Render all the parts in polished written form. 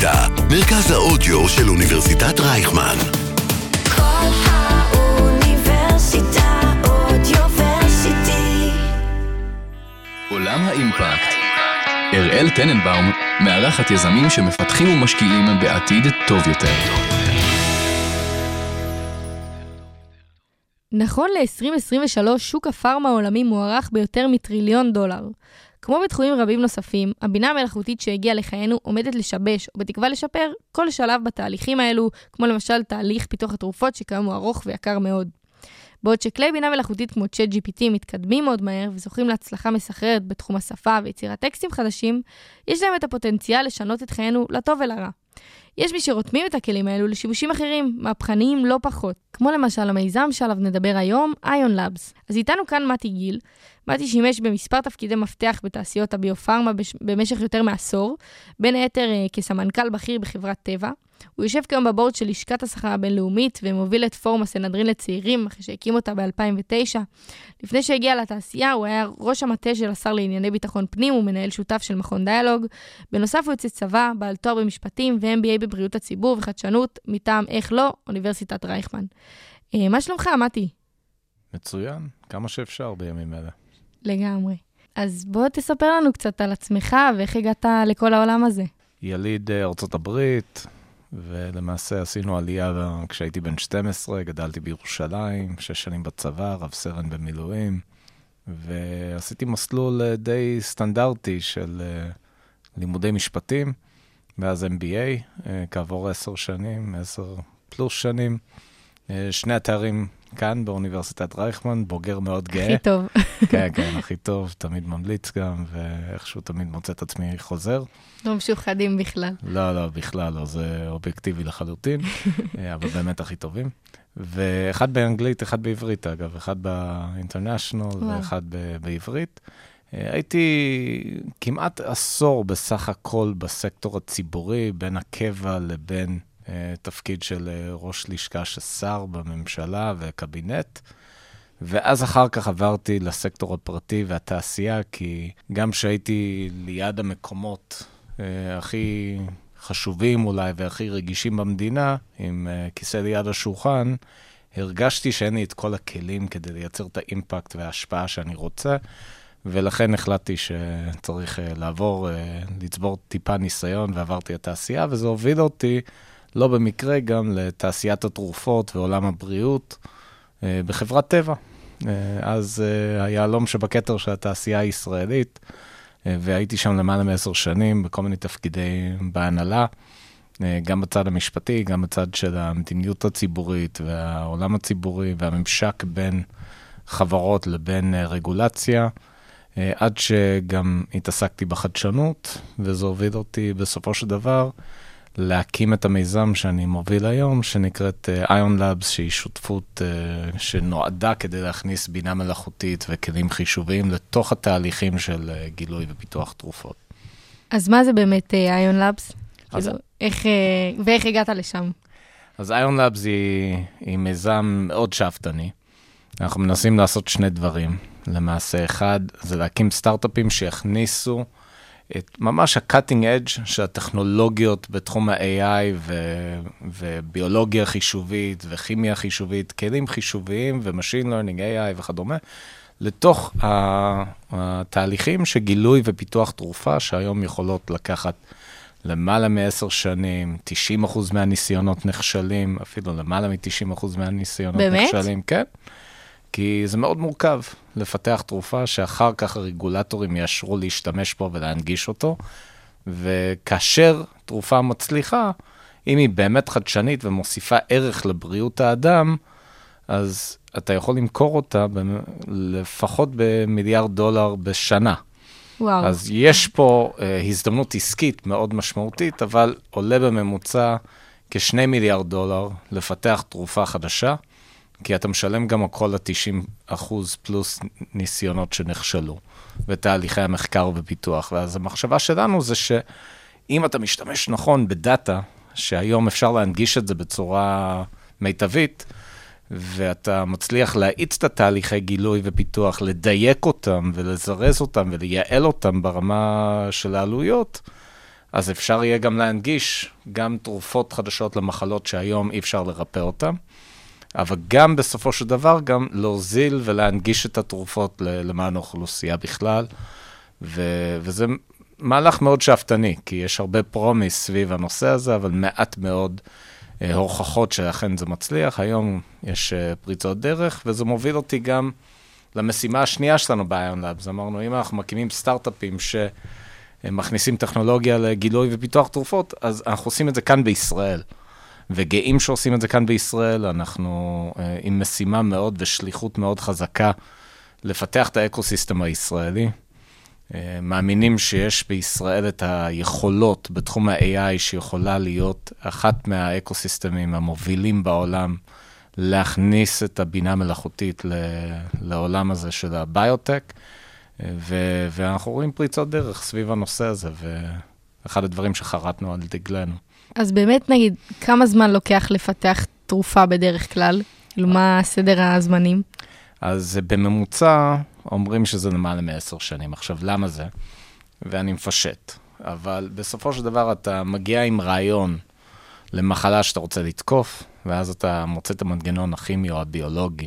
האוניברסיטה, מרכז האודיו של אוניברסיטת רייכמן. כל האוניברסיטה אודיוורסיטי. עולם האימפקט. אראל טננבאום מארחת יזמים שמפתחים ומשקיעים בעתיד טוב יותר. נכון ל-2023, שוק הפארמה העולמי מוערך ביותר מ$1,000,000,000,000. כמו בתחומים רבים נוספים, הבינה המלאכותית שהגיעה לחיינו עומדת לשבש, או בתקווה לשפר, כל שלב בתהליכים האלו, כמו למשל תהליך פיתוח התרופות שכיום הוא ארוך ויקר מאוד. בעוד שכלי בינה מלאכותית כמו ChatGPT מתקדמים מאוד מהר וזוכים להצלחה מסחררת בתחום השפה ויצירת טקסטים חדשים, יש להם את הפוטנציאל לשנות את חיינו לטוב ולרע. יש מי שרותמים את הכלים האלו לשימושים אחרים, מהפכניים לא פחות, כמו למשל המיזם שעליו נדבר היום, איון לאבס. אז איתנו כאן מתי גיל. מתי שימש במספר תפקידי מפתח בתעשיות הביופארמה במשך יותר מעשור, בין היתר כסמנכ"ל בכיר בחברת טבע. הוא יושב כיום בבורד של לשכת השכר הבינלאומית ומוביל את פורום הסנהדרין לצעירים, אחרי שהקים אותה ב-2009. לפני שהגיע לתעשייה, הוא היה ראש המטה של השר לענייני ביטחון פנים ומנהל שותף של מכון דיאלוג. בנוסף הוא יוצא צבא, בעל תואר במשפטים ו-MBA בבריאות הציבור וחדשנות, מטעם איך לא, אוניברסיטת רייכמן. מה שלומך, מתי? מצוין, כמה שאפשר בימים אלה. לגמרי. אז בוא תספר לנו קצת על עצמך ואיך הגעת לכל העולם הזה. יליד ארצות הברית, ולמעשה עשינו עלייה כשהייתי בן 12, גדלתי בירושלים, 6 שנים בצבא, רב סרן במילואים, ועשיתי מסלול די סטנדרטי של לימודי משפטים, ואז MBA, כעבור 10 שנים, 10 פלוס שנים, 2 התארים כאן באוניברסיטת רייכמן, בוגר מאוד גאה. הכי טוב. כן, כן, הכי טוב, תמיד ממליץ גם, ואיכשהו תמיד מוצא את עצמי חוזר. לא משוחדים בכלל. לא, בכלל לא, זה אובייקטיבי לחלוטין, אבל באמת הכי טובים. ואחד באנגלית, אחד בעברית אגב, אחד באינטרנשיונל ואחד בעברית. הייתי כמעט עשור בסך הכל בסקטור הציבורי, בין הקבע לבין תפקיד של ראש לשכה של שר בממשלה וקבינט. ואז אחר כך עברתי לסקטור הפרטי והתעשייה, כי גם שהייתי ליד המקומות הכי חשובים אולי והכי רגישים במדינה, עם כיסא ליד השולחן, הרגשתי שאין לי את כל הכלים כדי לייצר את האימפקט וההשפעה שאני רוצה, ולכן החלטתי שצריך לעבור, לצבור טיפה ניסיון, ועברתי התעשייה, וזה הוביל אותי לא במקרה גם לתעשיית התרופות ועולם הבריאות בחברת טבע. אז היעלום שבכתר של התעשייה הישראלית, והייתי שם למעלה מ10 שנים בכל מיני תפקידי בהנהלה, גם בצד המשפטי, גם בצד של המדיניות הציבורית והעולם הציבורי והממשק בין חברות לבין רגולציה, עד שגם התעסקתי בחדשנות, וזה הוביל אותי בסופו של דבר להקים את המיזם שאני מוביל היום, שנקראת איון לאבס, שהיא שותפות שנועדה כדי להכניס בינה מלאכותית וכלים חישוביים לתוך התהליכים של גילוי ופיתוח תרופות. אז מה זה באמת איון לאבס? ואיך הגעת לשם? אז איון לאבס היא מיזם מאוד שאפתני. אנחנו מנסים לעשות 2 דברים. למעשה, אחד זה להקים סטארט-אפים שיכניסו את ממש ה-cutting edge של הטכנולוגיות בתחום ה-AI וביולוגיה חישובית וכימיה חישובית, כלים חישוביים ו-machine learning, AI וכדומה, לתוך התהליכים שגילוי ופיתוח תרופה, שהיום יכולות לקחת למעלה מ10 שנים, 90% מהניסיונות נכשלים, אפילו למעלה מ-90% מהניסיונות נכשלים. כן. כי זה מאוד מורכב לפתח תרופה שאחר כך הרגולטורים יאשרו להשתמש בו ולהנגיש אותו, וכאשר תרופה מצליחה, אם היא באמת חדשנית ומוסיפה ערך לבריאות האדם, אז אתה יכול למכור אותה לפחות $1,000,000,000 בשנה. וואו. אז יש פה הזדמנות עסקית מאוד משמעותית, אבל עולה בממוצע $2,000,000,000 לפתח תרופה חדשה, כי אתה משלם גם כל ה-90% פלוס ניסיונות שנכשלו, ותהליכי המחקר ופיתוח. ואז המחשבה שלנו זה שאם אתה משתמש נכון בדאטה, שהיום אפשר להנגיש את זה בצורה מיטבית, ואתה מצליח להאיץ את התהליכי גילוי ופיתוח, לדייק אותם ולזרז אותם ולייעל אותם ברמה של העלויות, אז אפשר יהיה גם להנגיש גם תרופות חדשות למחלות שהיום אי אפשר לרפא אותן, אבל גם בסופו של דבר גם להוזיל ולהנגיש את התרופות למען האוכלוסייה בכלל, וזה מהלך מאוד שאפתני, כי יש הרבה פרומיס סביב הנושא הזה, אבל מעט מאוד הוכחות שאכן זה מצליח. היום יש פריצות דרך, וזה מוביל אותי גם למשימה השנייה שלנו ב-Ion Labs. אמרנו, אם אנחנו מקימים סטארט-אפים שמכניסים טכנולוגיה לגילוי ופיתוח תרופות, אז אנחנו עושים את זה כאן בישראל. וגאים שעושים את זה כאן בישראל, אנחנו עם משימה מאוד ושליחות מאוד חזקה לפתח את האקוסיסטם הישראלי. מאמינים שיש בישראל את היכולות בתחום ה-AI שיכולה להיות אחת מהאקוסיסטמים המובילים בעולם להכניס את הבינה מלאכותית לעולם הזה של הביוטק, ואנחנו רואים פריצות דרך סביב הנושא הזה, ואחד הדברים שחרטנו על דגלנו. אז באמת נגיד, כמה זמן לוקח לפתח תרופה בדרך כלל? מה סדר הזמנים? אז בממוצע אומרים שזה למעלה מ10 שנים. עכשיו, למה זה? ואני מפשט. אבל בסופו של דבר אתה מגיע עם רעיון למחלה שאתה רוצה לתקוף, ואז אתה מוצא את המנגנון הכימי או הביולוגי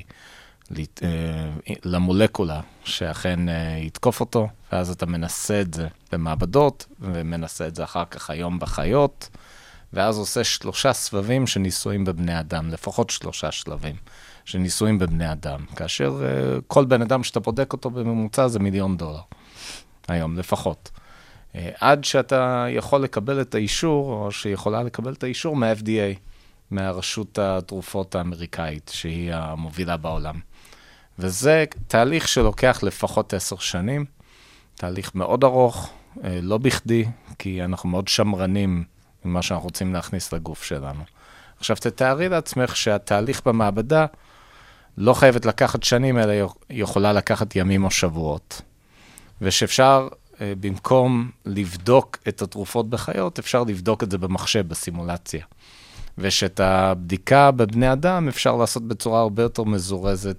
למולקולה שאכן יתקוף אותו, ואז אתה מנסה את זה במעבדות, ומנסה את זה אחר כך היום בחיות, ואז עושה 3 סבבים שניסויים בבני אדם, לפחות 3 שלבים שניסויים בבני אדם, כאשר כל בן אדם שאתה בודק אותו בממוצע זה $1,000,000 היום, לפחות. עד שאתה יכול לקבל את האישור, או שיכולה לקבל את האישור מה-FDA, מהרשות התרופות האמריקאית, שהיא המובילה בעולם. וזה תהליך שלוקח לפחות 10 שנים, תהליך מאוד ארוך, לא בכדי, כי אנחנו מאוד שמרנים ממה שאנחנו רוצים להכניס לגוף שלנו. עכשיו, תתארי לעצמך שהתהליך במעבדה לא חייבת לקחת שנים, אלא יכולה לקחת ימים או שבועות. ושאפשר, במקום לבדוק את התרופות בחיות, אפשר לבדוק את זה במחשב, בסימולציה. ושאת הבדיקה בבני אדם אפשר לעשות בצורה הרבה יותר מזורזת,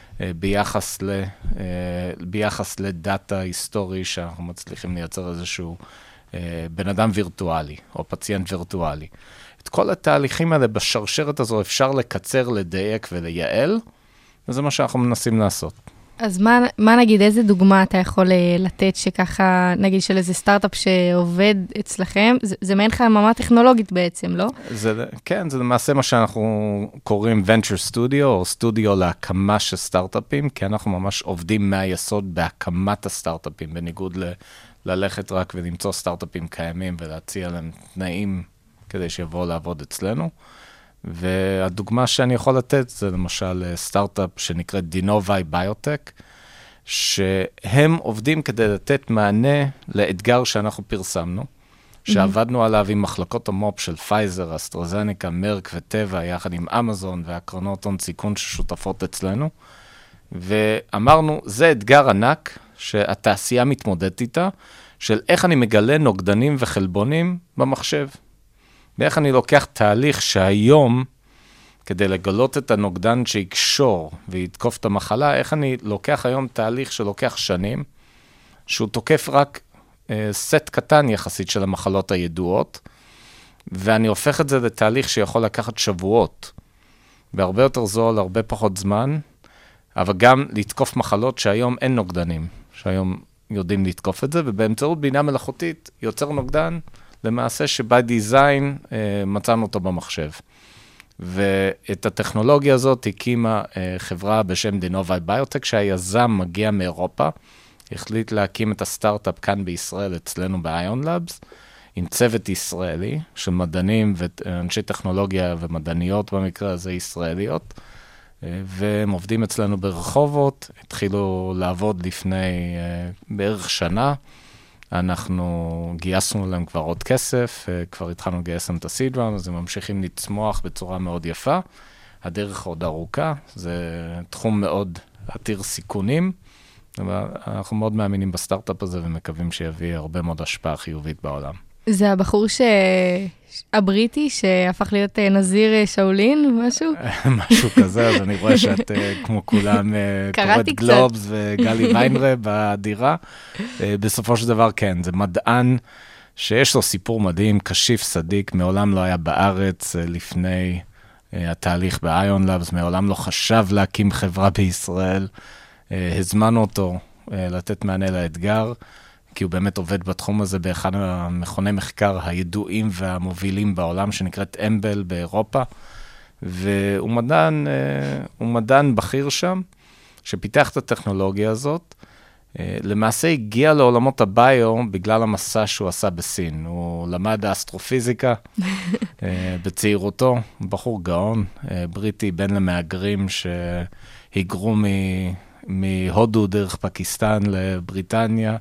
ביחס לדאטה היסטורי, שאנחנו מצליחים לייצר איזשהו בן אדם וירטואלי, או פציינט וירטואלי. את כל התהליכים האלה בשרשרת הזו אפשר לקצר, לדייק ולייעל, וזה מה שאנחנו מנסים לעשות. אז מה נגיד, איזה דוגמה אתה יכול לתת שככה, נגיד של איזה סטארט-אפ שעובד אצלכם? זה מעין חממה טכנולוגית בעצם, לא? כן, זה למעשה מה שאנחנו קוראים Venture Studio, או סטודיו להקמה של סטארט-אפים, כי אנחנו ממש עובדים מהיסוד בהקמת הסטארט-אפים, בניגוד ללכת רק ולמצוא סטארט-אפים קיימים ולהציע להם תנאים כדי שיבואו לעבוד אצלנו. והדוגמה שאני יכול לתת זה למשל סטארט-אפ שנקרא דינובי ביוטק, שהם עובדים כדי לתת מענה לאתגר שאנחנו פרסמנו, שעבדנו עליו עם מחלקות המו"פ של פייזר, אסטרזניקה, מרק וטבע, יחד עם אמזון והקרנות הון סיכון ששותפות אצלנו, ואמרנו, זה אתגר ענק שהתעשייה מתמודדת איתה, של איך אני מגלה נוגדנים וחלבונים במחשב. ואיך אני לוקח תהליך שהיום, כדי לגלות את הנוגדן שיקשור ויתקוף את המחלה, איך אני לוקח היום תהליך שלוקח שנים, שהוא תוקף רק סט קטן יחסית של המחלות הידועות, ואני הופך את זה לתהליך שיכול לקחת שבועות, בהרבה יותר זול, הרבה פחות זמן, אבל גם לתקוף מחלות שהיום אין נוגדנים, שהיום יודעים לתקוף את זה, ובאמצעות בינה מלאכותית יוצר נוגדן, למעשה שבי דיזיין מצאנו אותו במחשב. ואת הטכנולוגיה הזאת הקימה חברה בשם דינובי ביוטק, שהיזם מגיע מאירופה, החליט להקים את הסטארט-אפ כאן בישראל, אצלנו ב-Ion Labs, עם צוות ישראלי של מדענים ואנשי טכנולוגיה ומדעניות במקרה הזה ישראליות, והם עובדים אצלנו ברחובות, התחילו לעבוד לפני בערך שנה, אנחנו גייסנו להם כבר עוד כסף, כבר התחלנו לגייס להם את ה-seed round, אז הם ממשיכים לצמוח בצורה מאוד יפה. הדרך עוד ארוכה, זה תחום מאוד עתיר סיכונים, אבל אנחנו מאוד מאמינים בסטארט-אפ הזה ומקווים שיביא הרבה מאוד השפעה חיובית בעולם. זה הבחור הבריטי שהפך להיות נזיר שאולין, משהו? משהו כזה, אז אני רואה שאת כמו כולם קוראת גלובס וגלי ויינרה בדירה. בסופו של דבר כן, זה מדען שיש לו סיפור מדהים, קשיף סדיק, מעולם לא היה בארץ לפני התהליך ב-Ion Labs, מעולם לא חשב להקים חברה בישראל. הזמנו אותו לתת מענה לאתגר, כי הוא באמת עובד בתחום הזה באחד המכוני מחקר הידועים והמובילים בעולם, שנקראת אמבל באירופה, והוא מדען בכיר שם, שפיתח את הטכנולוגיה הזאת, למעשה הגיע לעולמות הביו בגלל המסע שהוא עשה בסין. הוא למד אסטרופיזיקה בצעירותו, בחור גאון, בריטי בן למהגרים שהיגרו מהודו דרך פקיסטן לבריטניה,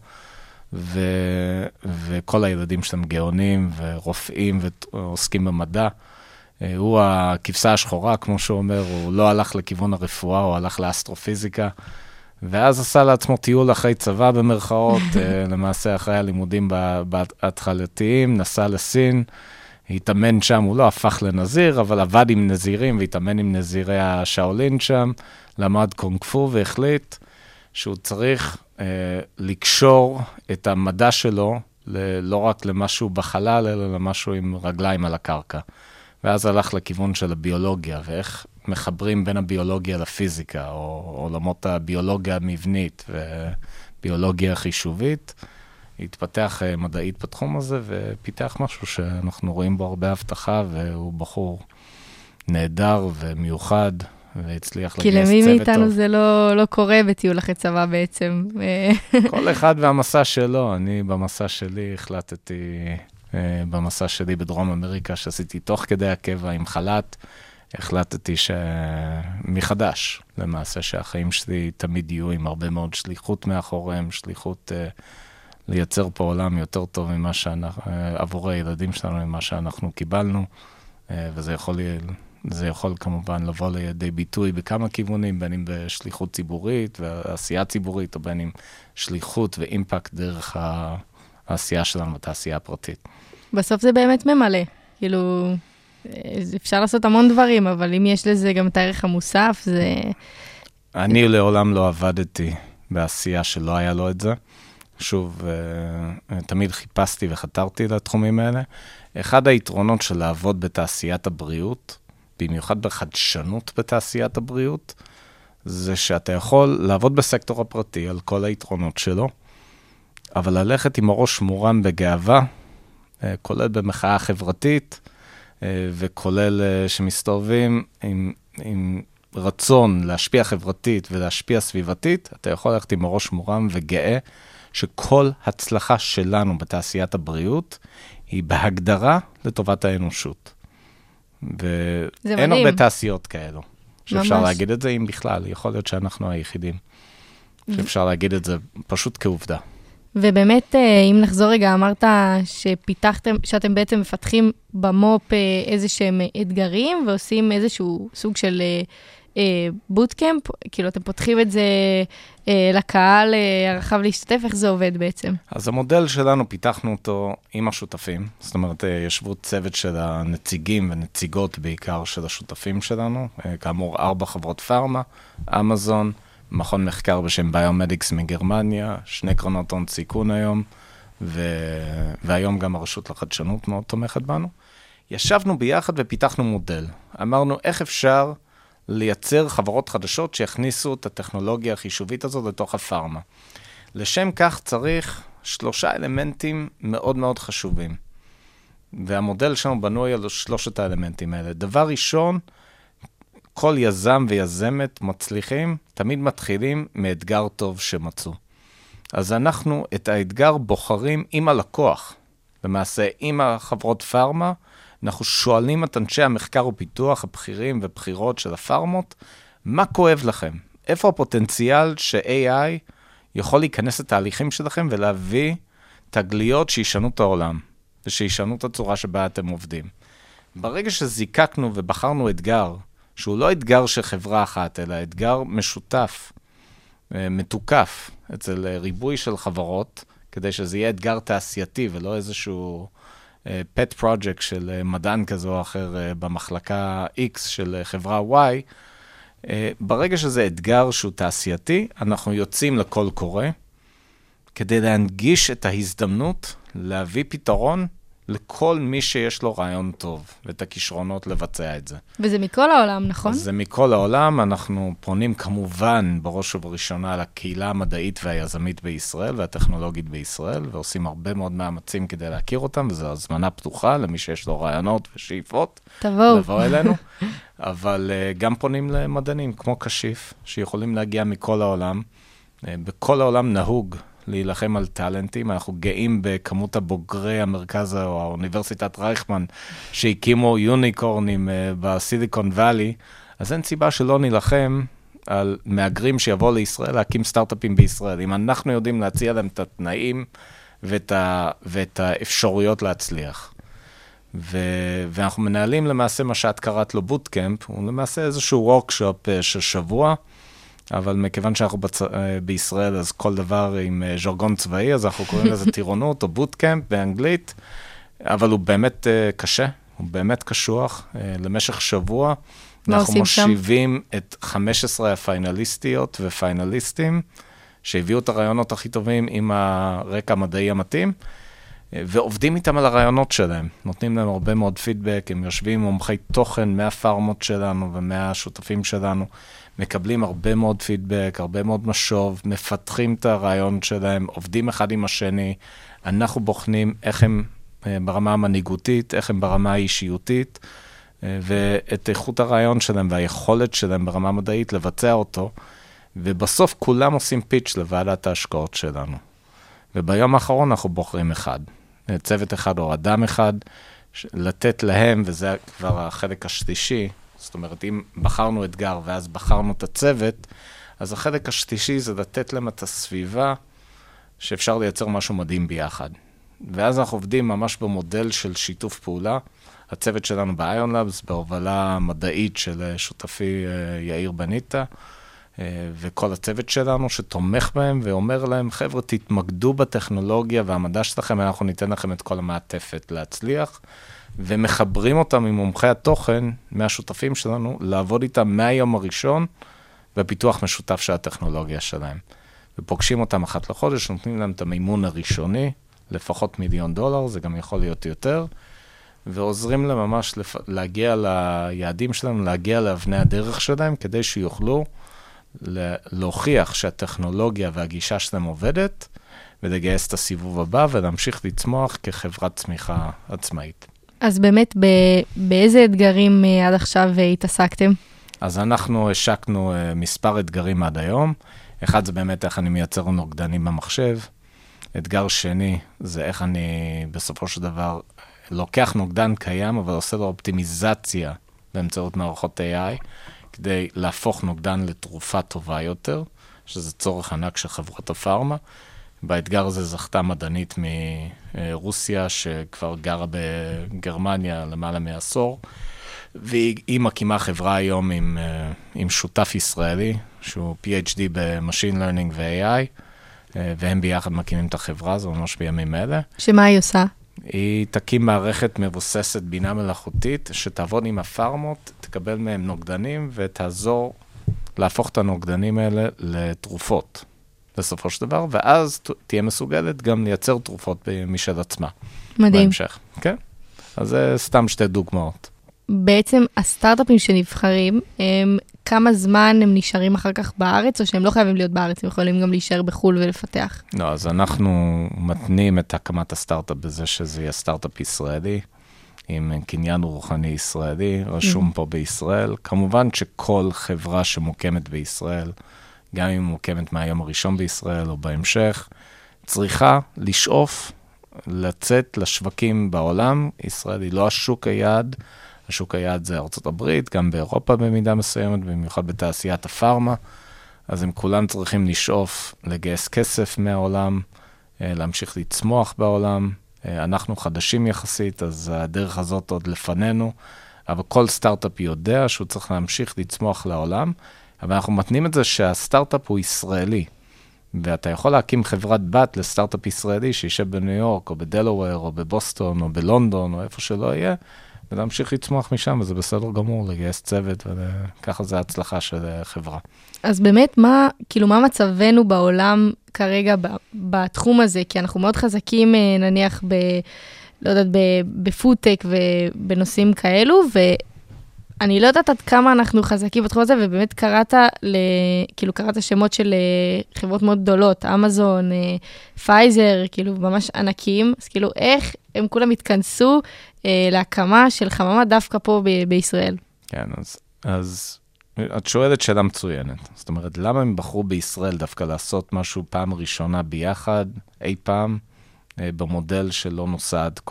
וכל הילדים שלהם גאונים ורופאים ועוסקים במדע. הוא הכבשה השחורה, כמו שהוא אומר, הוא לא הלך לכיוון הרפואה, הוא הלך לאסטרופיזיקה, ואז עשה לעצמו טיול אחרי צבא במרכאות, למעשה אחרי הלימודים בהתחלתיים, נסע לסין, התאמן שם, הוא לא הפך לנזיר, אבל עבד עם נזירים והתאמן עם נזירי השאולין שם, למד קונג פו והחליט שהוא צריך לקשור את המדע שלו, לא רק למשהו בחלל, אלא למשהו עם רגליים על הקרקע. ואז הלך לכיוון של הביולוגיה, ואיך מחברים בין הביולוגיה לפיזיקה, או עולמות הביולוגיה המבנית וביולוגיה חישובית. התפתח מדעית בתחום הזה, ופיתח משהו שאנחנו רואים בו הרבה הבטחה, והוא בחור נהדר ומיוחד, והצליח לגייס צוות טוב. כי למי מאיתנו זה לא קורה בטיול אחרי צבא בעצם. כל אחד והמסע שלו. אני במסע שלי החלטתי, במסע שלי בדרום אמריקה, שעשיתי תוך כדי הקבע עם חל"ת, החלטתי מחדש, למעשה שהחיים שלי תמיד יהיו עם הרבה מאוד שליחות מאחוריהם, שליחות לייצר פה עולם יותר טוב ממה עבור הילדים שלנו, ממה שאנחנו קיבלנו, וזה יכול כמובן לבוא לידי ביטוי בכמה כיוונים, בין אם בשליחות ציבורית ועשייה ציבורית, או בין אם שליחות ואימפקט דרך העשייה שלנו בתעשייה הפרטית. בסוף זה באמת ממלא, כאילו, אפשר לעשות המון דברים, אבל אם יש לזה גם את הערך המוסף, זה... אני לעולם לא עבדתי בעשייה שלא היה לו את זה. שוב, תמיד חיפשתי וחתרתי לתחומים האלה. אחד היתרונות של לעבוד בתעשיית הבריאות, במיוחד בחדשנות בתעשיית הבריאות, זה שאתה יכול לעבוד בסקטור הפרטי על כל היתרונות שלו, אבל ללכת עם הראש מורם בגאווה, כולל במחאה חברתית, וכולל שמסתובבים עם רצון להשפיע חברתית ולהשפיע סביבתית, אתה יכול ללכת עם הראש מורם וגאה, שכל הצלחה שלנו בתעשיית הבריאות, היא בהגדרה לטובת האנושות. ואין הרבה תעשיות כאלו, שאפשר להגיד את זה, אם בכלל, יכול להיות שאנחנו היחידים, שאפשר להגיד את זה פשוט כעובדה. ובאמת, אם נחזור רגע, אמרת שאתם בעצם מפתחים במופ איזשהם אתגרים, ועושים איזשהו סוג של בוטקאמפ, כאילו אתם פותחים את זה לקהל הרחב להשתתף, איך זה עובד בעצם? אז המודל שלנו, פיתחנו אותו עם השותפים, זאת אומרת, ישבו צוות של הנציגים ונציגות בעיקר של השותפים שלנו, כאמור 4 חברות פארמה, אמזון, מכון מחקר בשם ביומדיקס מגרמניה, 2 קרנות הון סיכון היום, והיום גם הרשות לחדשנות מאוד תומכת בנו. ישבנו ביחד ופיתחנו מודל. אמרנו איך אפשר לייצר חברות חדשות שיכניסו את הטכנולוגיה החישובית הזאת לתוך הפארמה. לשם כך צריך 3 אלמנטים מאוד מאוד חשובים. והמודל שלנו בנוי על 3 האלמנטים האלה. דבר ראשון, כל יזם ויזמת מצליחים, תמיד מתחילים מאתגר טוב שמצאו. אז אנחנו את האתגר בוחרים עם הלקוח. למעשה, עם החברות פארמה, אנחנו שואלים את אנשי המחקר ופיתוח, הבכירים ובחירות של הפארמות, מה כואב לכם? איפה הפוטנציאל ש-AI יכול להיכנס לתהליכים שלכם ולהביא תגליות שישנו את העולם, ושישנו את הצורה שבה אתם עובדים. ברגע שזיקקנו ובחרנו אתגר, שהוא לא אתגר של חברה אחת, אלא אתגר משותף, מתוקף, אצל ריבוי של חברות, כדי שזה יהיה אתגר תעשייתי, ולא איזשהו pet project של מדען כזה או אחר במחלקה X של חברה Y, ברגע שזה אתגר שהוא תעשייתי, אנחנו יוצאים לכל קורא, כדי להנגיש את ההזדמנות להביא פתרון לכל מי שיש לו רעיון טוב, ואת הכישרונות לבצע את זה. וזה מכל העולם, נכון? זה מכל העולם, אנחנו פונים כמובן בראש ובראשונה לקהילה המדעית והיזמית בישראל, והטכנולוגית בישראל, ועושים הרבה מאוד מאמצים כדי להכיר אותם, וזו הזמנה פתוחה למי שיש לו רעיונות ושאיפות. לבוא אלינו. אבל גם פונים למדענים, כמו קשיף, שיכולים להגיע מכל העולם. בכל העולם נהוג להילחם על טלנטים. אנחנו גאים בכמות הבוגרי המרכז או האוניברסיטת רייכמן, שהקימו יוניקורנים בסיליקון ואלי, אז אין סיבה שלא נילחם על מהגרים שיבואו לישראל להקים סטארט-אפים בישראל. אם אנחנו יודעים להציע להם את התנאים ואת האפשרויות להצליח. ואנחנו מנהלים למעשה מה שאת קראת לו בוטקאמפ, הוא למעשה איזשהו וורקשופ של שבוע, אבל מכיוון שאנחנו בישראל, אז כל דבר עם ז'רגון צבאי, אז אנחנו קוראים לזה טירונות או בוטקאמפ באנגלית, אבל הוא באמת קשה, הוא באמת קשוח. למשך שבוע אנחנו מושיבים את 15 הפיינליסטיות ופיינליסטים, שהביאו את הרעיונות הכי טובים עם הרקע המדעי המתאים, ועובדים איתם על הרעיונות שלהם. נותנים להם הרבה מאוד פידבק, הם יושבים מומחי תוכן מהפארמות שלנו ומהשותפים שלנו, מקבלים הרבה מאוד פידבק, הרבה מאוד משוב, מפתחים את הרעיון שלהם, עובדים אחד עם השני, אנחנו בוחנים איך הם ברמה המנהיגותית, איך הם ברמה האישיותית, ואת איכות הרעיון שלהם והיכולת שלהם ברמה המדעית לבצע אותו, ובסוף כולם עושים פיץ' לוועדת ההשקעות שלנו. וביום האחרון אנחנו בוחרים אחד, צוות אחד או אדם אחד, לתת להם, וזה כבר החלק השלישי, זאת אומרת, אם בחרנו אתגר ואז בחרנו את הצוות, אז החלק השלישי זה לתת להם את הסביבה שאפשר לייצר משהו מדהים ביחד. ואז אנחנו עובדים ממש במודל של שיתוף פעולה. הצוות שלנו ב-Ion Labs, בהובלה מדעית של שותפי יאיר בניטה, וכל הצוות שלנו שתומך בהם ואומר להם, חבר'ה, תתמקדו בטכנולוגיה והמדע שלכם, אנחנו ניתן לכם את כל המעטפת להצליח, ומחברים אותם עם מומחי התוכן מהשותפים שלנו, לעבוד איתם מהיום הראשון, בפיתוח משותף של הטכנולוגיה שלהם. ופוגשים אותם אחת לחודש, נותנים להם את המימון הראשוני, לפחות $1,000,000, זה גם יכול להיות יותר, ועוזרים להם ממש להגיע ליעדים שלהם, להגיע לאבני הדרך שלהם, כדי שיוכלו להוכיח שהטכנולוגיה והגישה שלהם עובדת, ולגייס את הסיבוב הבא, ולהמשיך לצמוח כחברת צמיחה עצמאית. אז באמת, באיזה אתגרים עד עכשיו התעסקתם? אז אנחנו השקנו מספר אתגרים עד היום. אחד זה באמת איך אני מייצר נוגדנים במחשב. אתגר שני זה איך אני בסופו של דבר לוקח נוגדן קיים, אבל עושה לו אופטימיזציה באמצעות מערכות AI, כדי להפוך נוגדן לתרופה טובה יותר, שזה צורך ענק של חברות הפארמה. באתגר הזה זכתה מדענית מרוסיה, שכבר גרה בגרמניה למעלה מעשור, והיא מקימה חברה היום עם שותף ישראלי, שהוא PhD ב-Machine Learning ו-AI, והם ביחד מקימים את החברה הזו, ממש בימים אלה. שמה היא עושה? היא תקים מערכת מבוססת בינה מלאכותית, שתעבוד עם הפארמות, תקבל מהם נוגדנים, ותעזור להפוך את הנוגדנים האלה לתרופות, בסופו של דבר, ואז תהיה מסוגלת גם לייצר תרופות משל עצמה. מדהים. בהמשך, כן? אז זה סתם שתי דוגמאות. בעצם הסטארט-אפים שנבחרים, כמה זמן הם נשארים אחר כך בארץ, או שהם לא חייבים להיות בארץ, הם יכולים גם להישאר בחול ולפתח? לא, אז אנחנו מתנים את הקמת הסטארט-אפ בזה שזה יהיה סטארט-אפ ישראלי, עם קניין רוחני ישראלי, רשום פה בישראל. כמובן שכל חברה שמוקמת בישראל, גם אם מוקמת מהיום הראשון בישראל או בהמשך, צריכה לשאוף לצאת לשווקים בעולם. ישראל היא לא השוק היעד, השוק היעד זה ארצות הברית, גם באירופה במידה מסוימת, במיוחד בתעשיית הפארמה, אז הם כולם צריכים לשאוף לגייס כסף מהעולם, להמשיך לצמוח בעולם. אנחנו חדשים יחסית, אז הדרך הזאת עוד לפנינו, אבל כל סטארט-אפ יודע שהוא צריך להמשיך לצמוח לעולם, אבל אנחנו מתנים את זה שהסטארט-אפ הוא ישראלי, ואתה יכול להקים חברת בת לסטארט-אפ ישראלי שישב בניו יורק, או בדלוור, או בבוסטון, או בלונדון, או איפה שלא יהיה, ולהמשיך לצמוח משם, וזה בסדר גמור, לגייס צוות, וככה זה ההצלחה של חברה. אז באמת, מה מצבנו בעולם כרגע בתחום הזה, כי אנחנו מאוד חזקים, נניח, לא יודעת, בפודטק ובנושאים כאלו, ואני לא יודעת עד כמה אנחנו חזקים בתחום הזה, ובאמת קראת שמות של חברות מאוד גדולות, אמזון, פייזר, כאילו ממש ענקים, אז כאילו איך הם כולם התכנסו להקמה של חממה דווקא פה בישראל. כן, אז את שואלת שאלה מצוינת. זאת אומרת, למה הם בחרו בישראל דווקא לעשות משהו פעם ראשונה ביחד, אי פעם, במודל שלא נוסע עד כה?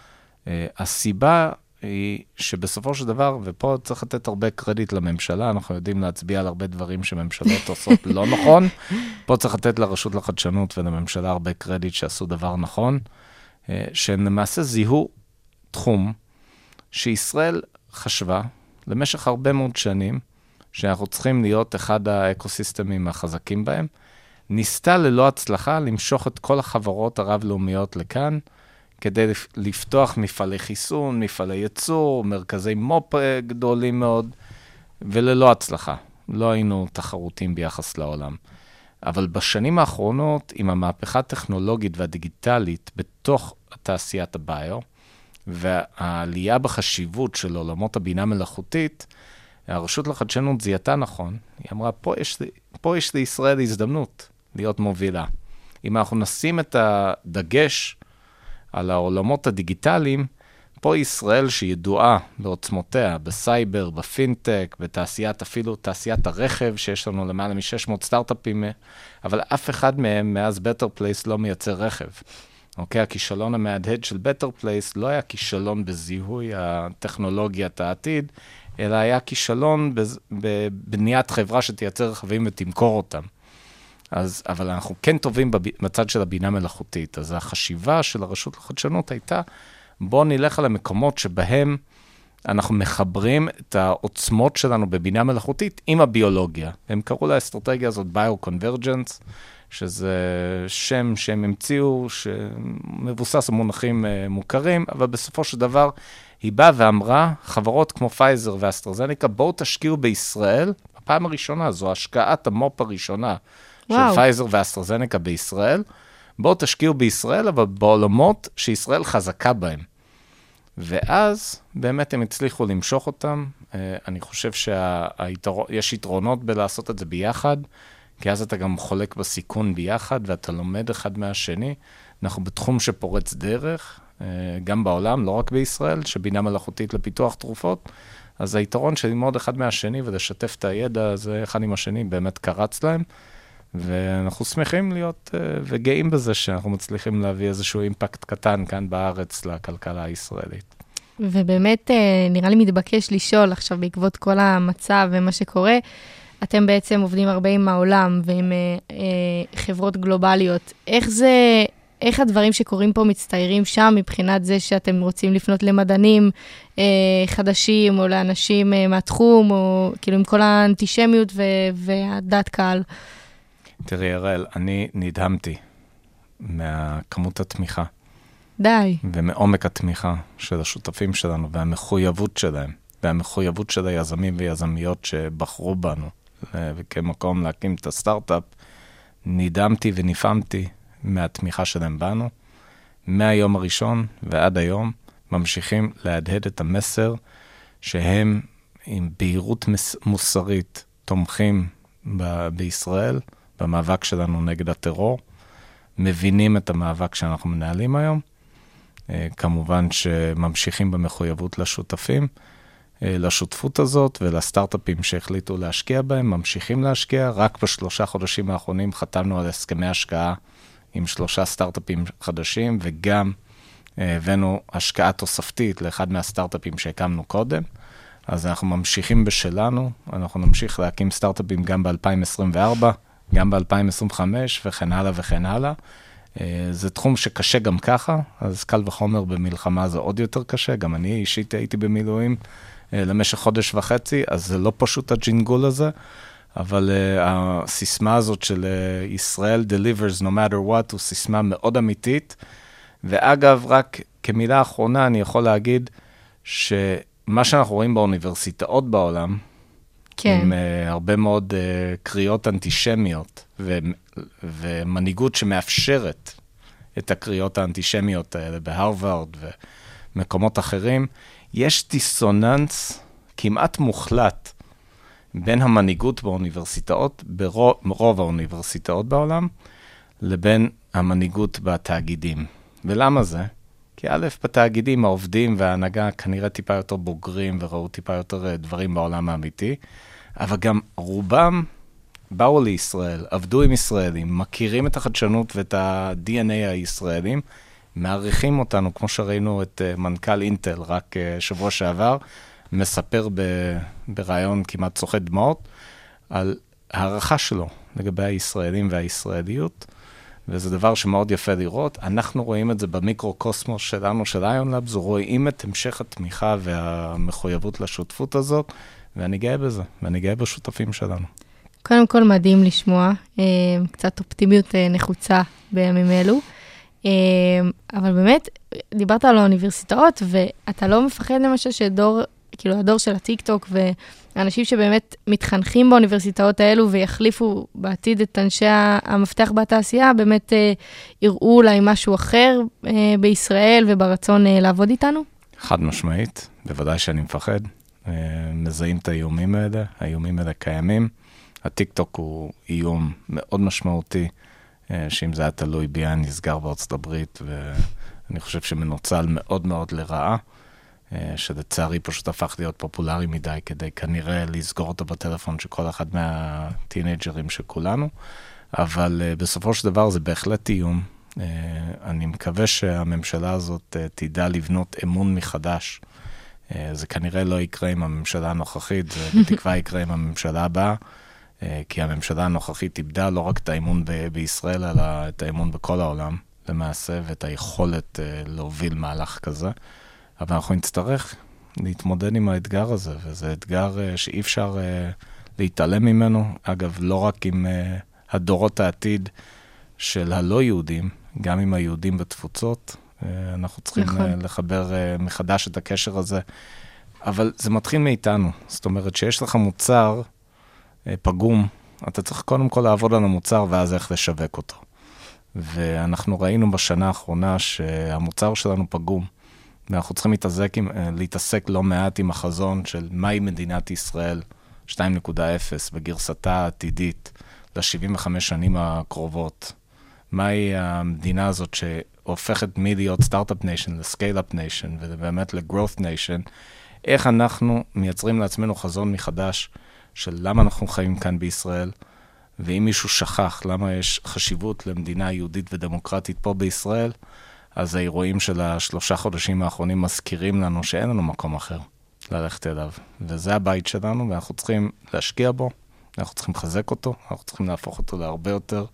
הסיבה היא שבסופו של דבר, ופה צריך לתת הרבה קרדיט לממשלה, אנחנו יודעים להצביע על הרבה דברים שממשלות עושות לא נכון, פה צריך לתת לרשות לחדשנות ולממשלה הרבה קרדיט שעשו דבר נכון, שלמעשה זיהו תחום שישראל חשבה למשך הרבה מאוד שנים, שאנחנו צריכים להיות אחד האקוסיסטמים החזקים בהם, ניסתה ללא הצלחה למשוך את כל החברות הרב-לאומיות לכאן, כדי לפתוח מפעלי חיסון, מפעלי ייצור, מרכזי מו"פ גדולים מאוד, וללא הצלחה. לא היינו תחרותים ביחס לעולם. אבל בשנים האחרונות, עם המהפכה הטכנולוגית והדיגיטלית בתוך תעשיית הביו, והעלייה בחשיבות של עולמות הבינה מלאכותית, הרשות לחדשנות זיהתה נכון. היא אמרה, פה יש לישראל הזדמנות להיות מובילה. אם אנחנו נשים את הדגש על העולמות הדיגיטליים, פה ישראל שידועה בעוצמותיה, בסייבר, בפינטק, בתעשיית, אפילו תעשיית הרכב, שיש לנו למעלה מ-600 סטארט-אפים, אבל אף אחד מהם מאז Better Place לא מייצר רכב. אוקיי, הכישלון המהדהד של Better Place לא היה כישלון בזיהוי הטכנולוגיית העתיד, אלא היה כישלון בבניית חברה שתייצר רכבים ותמכור אותם. אבל אנחנו כן טובים בצד של הבינה מלאכותית. אז החשיבה של הרשות לחדשנות הייתה, בואו נלך על המקומות שבהם אנחנו מחברים את העוצמות שלנו בבינה מלאכותית עם הביולוגיה. הם קראו לאסטרטגיה הזאת Bioconvergence, שזה שם שהם המציאו, שמבוסס על מונחים מוכרים, אבל בסופו של דבר היא באה ואמרה, חברות כמו פייזר ואסטרזניקה, בואו תשקיעו בישראל, הפעם הראשונה, זו השקעת המו"פ הראשונה של פייזר ואסטרזניקה בישראל, בואו תשקיעו בישראל, אבל בעולמות שישראל חזקה בהם. ואז באמת הם הצליחו למשוך אותם. אני חושב שיש יתרונות בלעשות את זה ביחד, כי אז אתה גם חולק בסיכון ביחד, ואתה לומד אחד מהשני. אנחנו בתחום שפורץ דרך, גם בעולם, לא רק בישראל, שבינה מלאכותית לפיתוח תרופות, אז היתרון של ללמוד אחד מהשני ולשתף את הידע הזה אחד עם השני, באמת קרץ להם, ואנחנו שמחים להיות וגאים בזה שאנחנו מצליחים להביא איזשהו אימפקט קטן כאן בארץ לכלכלה הישראלית. ובאמת נראה לי מתבקש לשאול עכשיו בעקבות כל המצב ומה שקורה, אתם בעצם עובדים הרבה עם העולם ועם חברות גלובליות. איך הדברים שקורים פה מצטיירים שם מבחינת זה שאתם רוצים לפנות למדענים חדשים או לאנשים מהתחום, או כאילו עם כל האנטישמיות והדעת קהל? תראי, הראל, אני נדהמתי מהכמות התמיכה. די. ומעומק התמיכה של השותפים שלנו והמחויבות שלהם, והמחויבות של היזמים ויזמיות שבחרו בנו, וכמקום להקים את הסטארט-אפ, נדהמתי ונפעמתי מהתמיכה שלהם בנו. מהיום הראשון ועד היום ממשיכים להדהד את המסר שהם עם בהירות מוסרית תומכים בישראל, במאבק שלנו נגד הטרור, מבינים את המאבק שאנחנו מנהלים היום, כמובן שממשיכים במחויבות לשותפים, לשותפות הזאת ולסטארט-אפים שהחליטו להשקיע בהם, ממשיכים להשקיע. רק ב3 חודשים האחרונים חתמנו על הסכמי השקעה עם 3 סטארט-אפים חדשים, וגם הבאנו השקעה תוספתית לאחד מהסטארט-אפים שהקמנו קודם. אז אנחנו ממשיכים בשלנו, אנחנו נמשיך להקים סטארט-אפים גם ב-2024, גם ב-2025 וכן הלאה וכן הלאה. זה תחום שקשה גם ככה, אז קל וחומר במלחמה זה עוד יותר קשה. גם אני אישית הייתי במילואים למשך חודש וחצי, אז זה לא פשוט הג'ינגול הזה, אבל הסיסמה הזאת של ישראל delivers no matter what, הוא סיסמה מאוד אמיתית. ואגב, רק כמילה האחרונה אני יכול להגיד שמה שאנחנו רואים באוניברסיטאות בעולם, כן. עם הרבה מאוד קריאות אנטישמיות, ומנהיגות שמאפשרת את הקריאות האנטישמיות האלה בהרווארד ומקומות אחרים, יש דיסוננס כמעט מוחלט בין המנהיגות באוניברסיטאות, ברוב האוניברסיטאות בעולם, לבין המנהיגות בתאגידים. ולמה זה? כי א', בתאגידים העובדים וההנהגה כנראה טיפה יותר בוגרים וראו טיפה יותר דברים בעולם האמיתי, אבל גם רובם באו לישראל, עבדו עם ישראלים, מכירים את החדשנות ואת ה-DNA הישראלים, מעריכים אותנו, כמו שראינו את מנכ"ל אינטל רק שבוע שעבר, מספר ברעיון כמעט צוחק דמעות, על הערכה שלו לגבי הישראלים והישראליות, וזה דבר שמאוד יפה לראות. אנחנו רואים את זה במיקרו-קוסמוס שלנו, של איונלאבס, רואים את המשך התמיכה והמחויבות לשותפות הזאת, ואני גאה בזה, ואני גאה בשותפים שלנו. קודם כל מדהים לשמוע, קצת אופטימיות נחוצה בימים אלו, אבל באמת, דיברת על האוניברסיטאות, ואתה לא מפחד למשל שדור, כאילו הדור של הטיק-טוק, ואנשים שבאמת מתחנכים באוניברסיטאות האלו, ויחליפו בעתיד את אנשי המפתח בתעשייה, באמת יראו אולי משהו אחר בישראל, וברצון לעבוד איתנו? חד משמעית, בוודאי שאני מפחד. מזהים את האיומים האלה קיימים. הטיק-טוק הוא איום מאוד משמעותי, שאם זה היה תלוי בי, היה נסגר בארצות הברית, ואני חושב שמנוצל מאוד מאוד לרעה, שלצערי פשוט הפך להיות פופולרי מדי, כדי כנראה לסגור אותו בטלפון של כל אחד מהטינג'רים של כולנו, אבל בסופו של דבר זה בהחלט איום. אני מקווה שהממשלה הזאת תדע לבנות אמון מחדש. זה כנראה לא יקרה עם הממשלה הנוכחית, זה בתקווה יקרה עם הממשלה הבאה, כי הממשלה הנוכחית איבדה לא רק את האמון בישראל, אלא את האמון בכל העולם, למעשה, ואת היכולת להוביל מהלך כזה. אבל אנחנו נצטרך להתמודד עם האתגר הזה, וזה אתגר שאי אפשר להתעלם ממנו. אגב, לא רק עם הדורות העתיד של הלא יהודים, גם עם היהודים בתפוצות, אנחנו צריכים לחבר מחדש את הקשר הזה. אבל זה מתחיל מאיתנו. זאת אומרת שיש לך מוצר פגום, אתה צריך קודם כל לעבוד על המוצר, ואז איך לשווק אותו. ואנחנו ראינו בשנה האחרונה שהמוצר שלנו פגום, ואנחנו צריכים להתעסק לא מעט עם החזון של מהי מדינת ישראל 2.0 בגרסתה העתידית ל-75 שנים הקרובות. מהי המדינה הזאת שהופכת מלהיות סטארט-אפ ניישן לסקייל-אפ ניישן, ובאמת לגרורת ניישן. איך אנחנו מייצרים לעצמנו חזון מחדש של למה אנחנו חיים כאן בישראל, ואם מישהו שכח למה יש חשיבות למדינה יהודית ודמוקרטית פה בישראל, אז האירועים של 3 חודשים האחרונים מזכירים לנו שאין לנו מקום אחר ללכת אליו. וזה הבית שלנו, ואנחנו צריכים להשקיע בו, אנחנו צריכים לחזק אותו, אנחנו צריכים להפוך אותו להרבה יותר,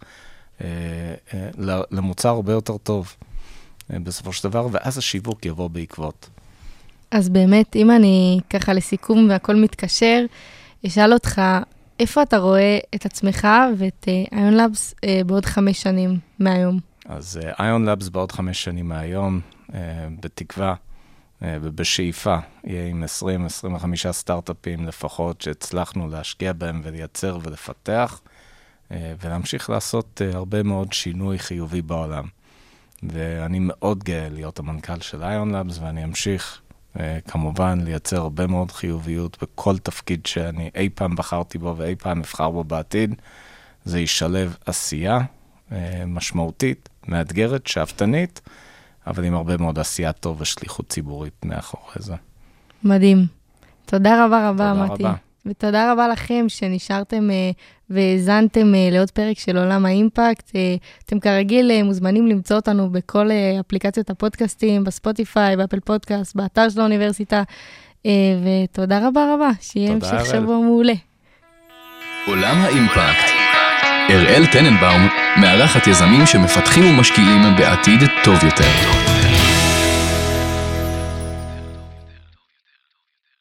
למוצר הרבה יותר טוב בסופו של דבר, ואז השיווק יבוא בעקבות. אז באמת, אם אני ככה לסיכום והכל מתקשר, אשאל אותך, איפה אתה רואה את עצמך ואת איונלאבס בעוד 5 שנים מהיום? אז איונלאבס בעוד 5 שנים מהיום, בתקווה ובשאיפה, יהיה עם 20-25 סטארט-אפים לפחות שהצלחנו להשקיע בהם ולייצר ולפתח, ולהמשיך לעשות הרבה מאוד שינוי חיובי בעולם. ואני מאוד גאה להיות המנכ"ל של איונלאבס, ואני אמשיך כמובן לייצר הרבה מאוד חיוביות בכל תפקיד שאני אי פעם בחרתי בו ואי פעם אבחר בו בעתיד. זה ישלב עשייה משמעותית, מאתגרת, שאפתנית, אבל עם הרבה מאוד עשייה טוב ושליחות ציבורית מאחורי זה. מדהים. תודה רבה רבה, תודה מתי. רבה. ותודה רבה לכם שנשארתם והזנתם לעוד פרק של עולם האימפקט. אתם כרגיל מוזמנים למצוא אותנו בכל אפליקציות הפודקאסטים, בספוטיפיי, באפל פודקאסט, באתר של האוניברסיטה. ותודה רבה רבה, שיהיה המשך שבוע מעולה. עולם האימפקט. אראל טננבאום מארחת יזמים שמפתחים ומשקיעים בעתיד טוב יותר.